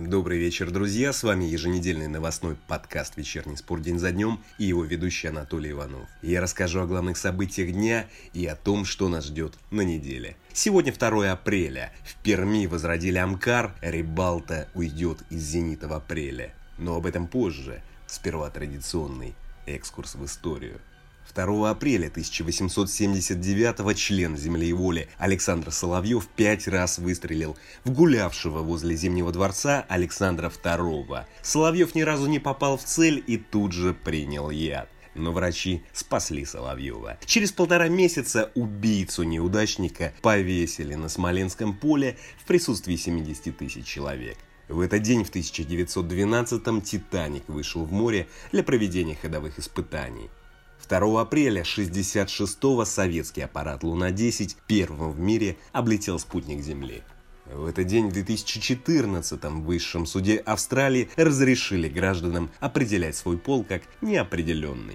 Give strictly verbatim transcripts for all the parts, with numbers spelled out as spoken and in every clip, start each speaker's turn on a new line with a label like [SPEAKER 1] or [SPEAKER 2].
[SPEAKER 1] Добрый вечер, друзья, с вами еженедельный новостной подкаст «Вечерний спорт день за днем» и его ведущий Анатолий Иванов. Я расскажу о главных событиях дня и о том, что нас ждет на неделе. Сегодня второе апреля. В Перми возродили Амкар, Рибалта уйдет из «Зенита» в апреле. Но об этом позже. Сперва традиционный экскурс в историю. второго апреля тысяча восемьсот семьдесят девятого член «Земли и воли» Александр Соловьев пять раз выстрелил в гулявшего возле Зимнего дворца Александра второго. Соловьев ни разу не попал в цель и тут же принял яд. Но врачи спасли Соловьева. Через полтора месяца убийцу-неудачника повесили на Смоленском поле в присутствии семидесяти тысяч человек. В этот день в тысяча девятьсот двенадцатом «Титаник» вышел в море для проведения ходовых испытаний. второго апреля шестьдесят шестого советский аппарат Луна-десять первым в мире облетел спутник Земли. В этот день в две тысячи четырнадцатом в Высшем суде Австралии разрешили гражданам определять свой пол как неопределенный.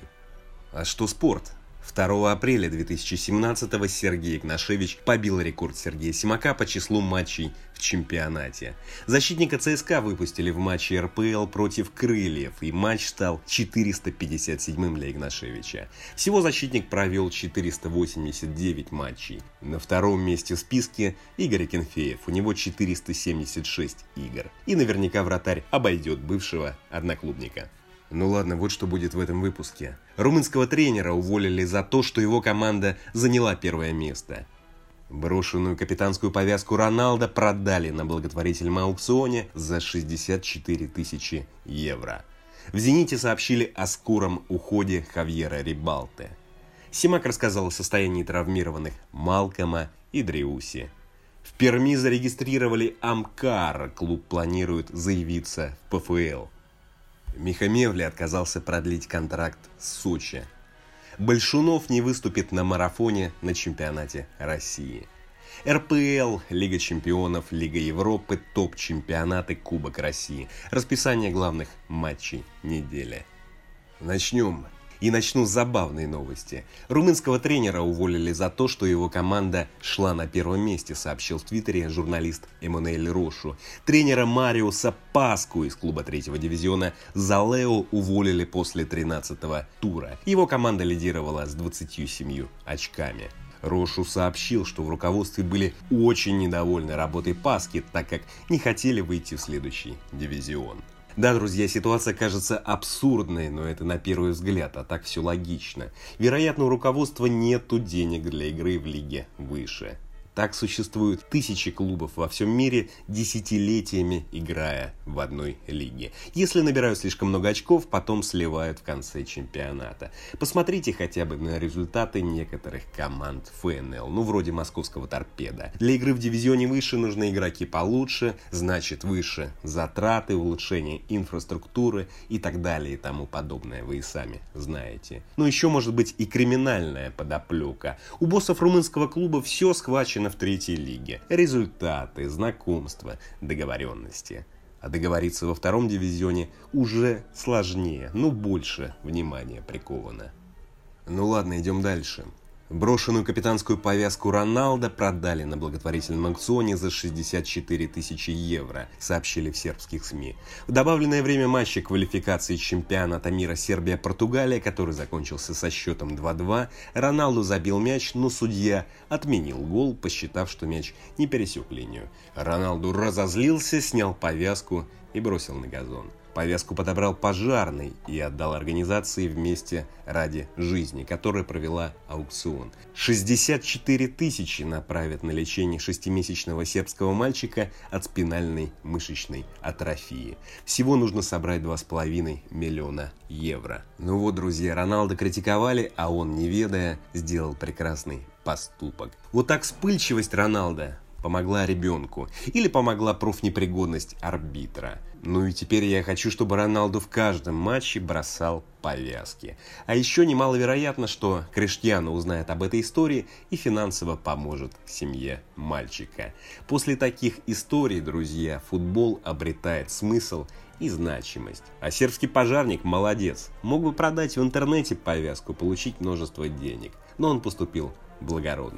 [SPEAKER 1] А что спорт? второго апреля две тысячи семнадцатого Сергей Игнашевич побил рекорд Сергея Симака по числу матчей в чемпионате. Защитника ЦСКА выпустили в матче эр пэ эл против Крыльев, и матч стал четыреста пятьдесят седьмым для Игнашевича. Всего защитник провел четыреста восемьдесят девять матчей. На втором месте в списке Игорь Акинфеев, у него четыреста семьдесят шесть игр. И наверняка вратарь обойдет бывшего одноклубника. Ну ладно, вот что будет в этом выпуске. Румынского тренера уволили за то, что его команда заняла первое место. Брошенную капитанскую повязку Роналдо продали на благотворительном аукционе за шестьдесят четыре тысячи евро. В «Зените» сообщили о скором уходе Хавьера Рибалты. Симак рассказал о состоянии травмированных Малкома и Дриуси. В Перми зарегистрировали Амкар, клуб планирует заявиться в пэ эф эл. Миха Мевля отказался продлить контракт с Сочи. Большунов не выступит на марафоне на чемпионате России. эр пэ эл, Лига чемпионов, Лига Европы, топ-чемпионаты, Кубок России. Расписание главных матчей недели. Начнем. И начну с забавной новости. Румынского тренера уволили за то, что его команда шла на первом месте, сообщил в Твиттере журналист Эммануэль Рошу. Тренера Мариуса Паску из клуба третьего дивизиона Залео уволили после тринадцатого тура. Его команда лидировала с двадцатью семью очками. Рошу сообщил, что в руководстве были очень недовольны работой Паски, так как не хотели выйти в следующий дивизион. Да, друзья, ситуация кажется абсурдной, но это на первый взгляд, а так все логично. Вероятно, у руководства нету денег для игры в лиге выше. Так существуют тысячи клубов во всем мире, десятилетиями играя в одной лиге. Если набирают слишком много очков, потом сливают в конце чемпионата. Посмотрите хотя бы на результаты некоторых команд эф эн эл, ну вроде московского «Торпедо». Для игры в дивизионе выше нужны игроки получше, значит выше затраты, улучшение инфраструктуры и так далее и тому подобное, вы и сами знаете. Но еще может быть и криминальная подоплека. У боссов румынского клуба все схвачено в третьей лиге. Результаты, знакомства, договоренности. А договориться во втором дивизионе уже сложнее, но больше внимания приковано. Ну ладно, идем дальше. Брошенную капитанскую повязку Роналдо продали на благотворительном аукционе за шестьдесят четыре тысячи евро, сообщили в сербских СМИ. В добавленное время матча квалификации чемпионата мира Сербия-Португалия, который закончился со счетом два-два, Роналду забил мяч, но судья отменил гол, посчитав, что мяч не пересек линию. Роналду разозлился, снял повязку и бросил на газон. Повязку подобрал пожарный и отдал организации «Вместе ради жизни», которая провела аукцион. шестьдесят четыре тысячи направят на лечение шестимесячного сербского мальчика от спинальной мышечной атрофии. Всего нужно собрать два с половиной миллиона евро. Ну вот, друзья, Роналдо критиковали, а он, не ведая, сделал прекрасный поступок. Вот так вспыльчивость Роналдо помогла ребенку или помогла профнепригодность арбитра. Ну и теперь я хочу, чтобы Роналду в каждом матче бросал повязки. А еще немаловероятно, что Криштиану узнает об этой истории и финансово поможет семье мальчика. После таких историй, друзья, футбол обретает смысл и значимость. А сербский пожарник молодец. Мог бы продать в интернете повязку, получить множество денег. Но он поступил благородно.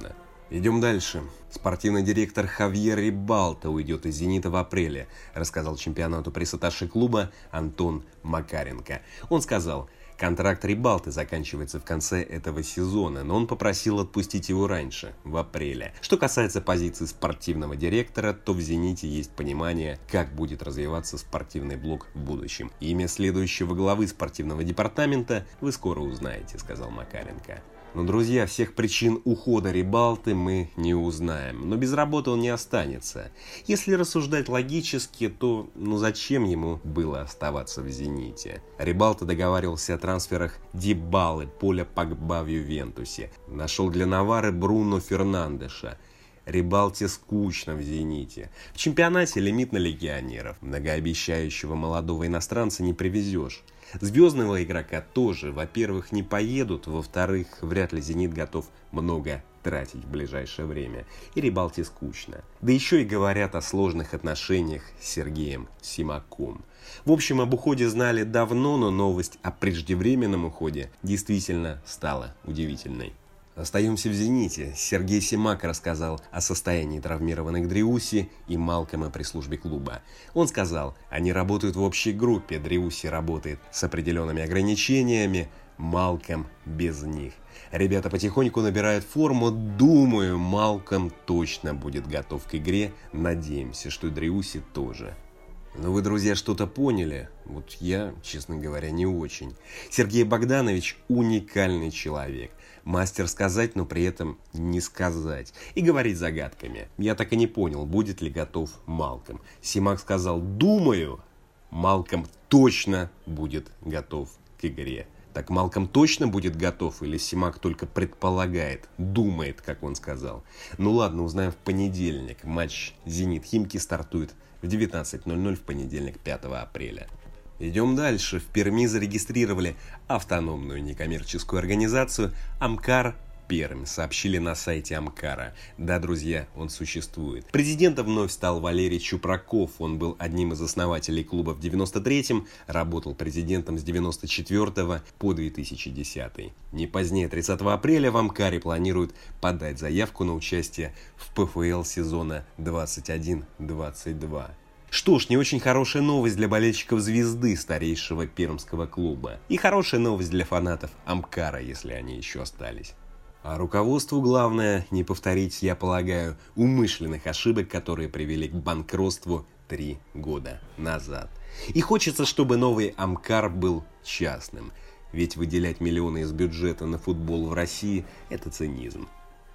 [SPEAKER 1] Идем дальше. Спортивный директор Хавьер Рибалта уйдет из «Зенита» в апреле, рассказал чемпионату пресс-атташе клуба Антон Макаренко. Он сказал: контракт Рибалты заканчивается в конце этого сезона, но он попросил отпустить его раньше, в апреле. Что касается позиции спортивного директора, то в «Зените» есть понимание, как будет развиваться спортивный блок в будущем. Имя следующего главы спортивного департамента вы скоро узнаете, сказал Макаренко. Но, друзья, всех причин ухода Рибалты мы не узнаем, но без работы он не останется. Если рассуждать логически, то ну зачем ему было оставаться в «Зените»? Рибалта договаривался о трансферах Дибалы, Поля Погба в Ювентусе, нашел для Навары Бруно Фернандеша. Рибалте скучно в «Зените». В чемпионате лимит на легионеров. Многообещающего молодого иностранца не привезешь. Звездного игрока тоже, во-первых, не поедут, во-вторых, вряд ли «Зенит» готов много тратить в ближайшее время. И Рибалте скучно. Да еще и говорят о сложных отношениях с Сергеем Симаком. В общем, об уходе знали давно, но новость о преждевременном уходе действительно стала удивительной. Остаемся в «Зените». Сергей Симак рассказал о состоянии травмированных Дриусси и Малкома при службе клуба. Он сказал, они работают в общей группе, Дриусси работает с определенными ограничениями, Малком без них. Ребята потихоньку набирают форму, думаю, Малком точно будет готов к игре, надеемся, что Дриусси тоже. Но вы, друзья, что-то поняли? Вот я, честно говоря, не очень. Сергей Богданович уникальный человек. Мастер сказать, но при этом не сказать. И говорить загадками. Я так и не понял, будет ли готов Малком. Симак сказал, думаю, Малком точно будет готов к игре. Так Малком точно будет готов или Симак только предполагает, думает, как он сказал? Ну ладно, узнаем в понедельник. Матч «Зенит-Химки» стартует в девятнадцать ноль ноль в понедельник, пятого апреля. Идем дальше. В Перми зарегистрировали автономную некоммерческую организацию «Амкар Пермь», сообщили на сайте Амкара. Да, друзья, он существует. Президентом вновь стал Валерий Чупраков. Он был одним из основателей клуба в девяносто третьем, работал президентом с девяносто четвёртого по две тысячи десятый. Не позднее тридцатого апреля в Амкаре планируют подать заявку на участие в ПФЛ сезона двадцать один двадцать два. Что ж, не очень хорошая новость для болельщиков «Звезды», старейшего пермского клуба. И хорошая новость для фанатов Амкара, если они еще остались. А руководству главное не повторить, я полагаю, умышленных ошибок, которые привели к банкротству три года назад. И хочется, чтобы новый Амкар был частным. Ведь выделять миллионы из бюджета на футбол в России – это цинизм.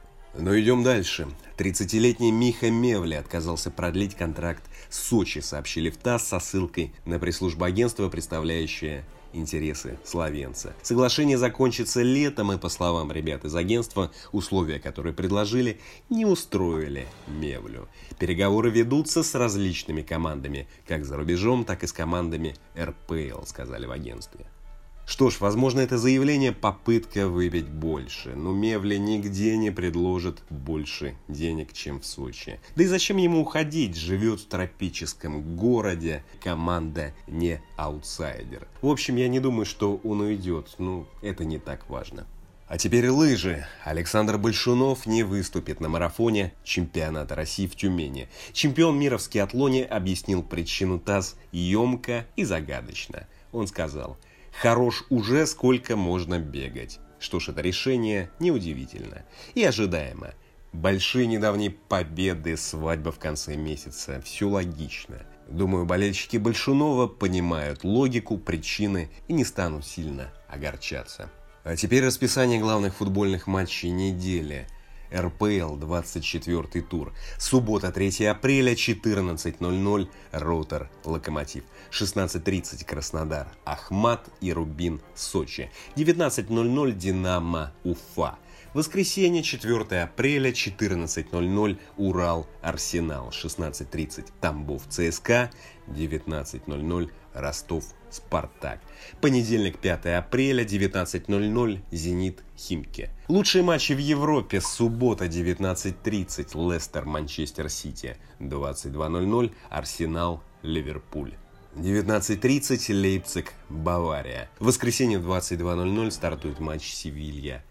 [SPEAKER 1] Но идем дальше. тридцатилетний Миха Мевля отказался продлить контракт с Сочи, сообщили в ТАСС со ссылкой на пресс-службу агентства, представляющее интересы словенца. Соглашение закончится летом, и, по словам ребят из агентства, условия, которые предложили, не устроили Мевлю. Переговоры ведутся с различными командами, как за рубежом, так и с командами эр пэ эл, сказали в агентстве. Что ж, возможно, это заявление попытка выбить больше, но Мевля нигде не предложит больше денег, чем в Сочи. Да и зачем ему уходить? Живет в тропическом городе, команда не аутсайдер. В общем, я не думаю, что он уйдет, ну, это не так важно. А теперь лыжи. Александр Большунов не выступит на марафоне чемпионата России в Тюмени. Чемпион мира в скиатлоне объяснил причину ТАСС емко и загадочно. Он сказал: «Хорош уже, сколько можно бегать». Что ж, это решение неудивительно и ожидаемо. Большие недавние победы, свадьба в конце месяца. Все логично. Думаю, болельщики Большунова понимают логику, причины и не станут сильно огорчаться. А теперь расписание главных футбольных матчей недели. эр пэ эл двадцать четвёртый тур. Суббота, третьего апреля, четырнадцать ноль ноль, Ротор Локомотив. шестнадцать тридцать Краснодар Ахмат и Рубин Сочи. девятнадцать ноль ноль Динамо Уфа. Воскресенье, четвёртого апреля, четырнадцать ноль ноль, Урал Арсенал. шестнадцать тридцать Тамбов ЦСКА. девятнадцать ноль ноль Ростов Спартак. Понедельник, пятого апреля, девятнадцать ноль ноль, Зенит Химки. Лучшие матчи в Европе. Суббота, девятнадцать тридцать, Лестер Манчестер Сити. двадцать два ноль ноль, Арсенал Ливерпуль. девятнадцать тридцать, Лейпциг Бавария. В воскресенье в двадцать два ноль ноль стартует матч Севилья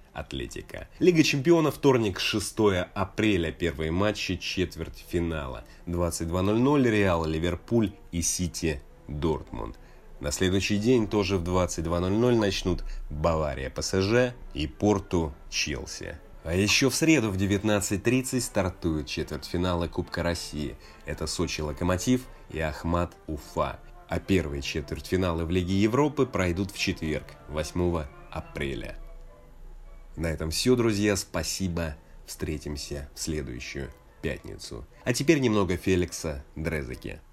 [SPEAKER 1] Атлетико. Лига чемпионов, вторник, шестое апреля, первые матчи четвертьфинала. двадцать два ноль ноль Реал, Ливерпуль и Сити, Дортмунд. На следующий день тоже в двадцать два ноль ноль начнут Бавария, ПСЖ и Порту, Челси. А еще в среду в девятнадцать тридцать стартуют четвертьфиналы Кубка России. Это Сочи, Локомотив и Ахмат, Уфа. А первые четвертьфиналы в Лиге Европы пройдут в четверг, восьмого апреля. На этом все, друзья. Спасибо. Встретимся в следующую пятницу. А теперь немного Феликса Дрезеке.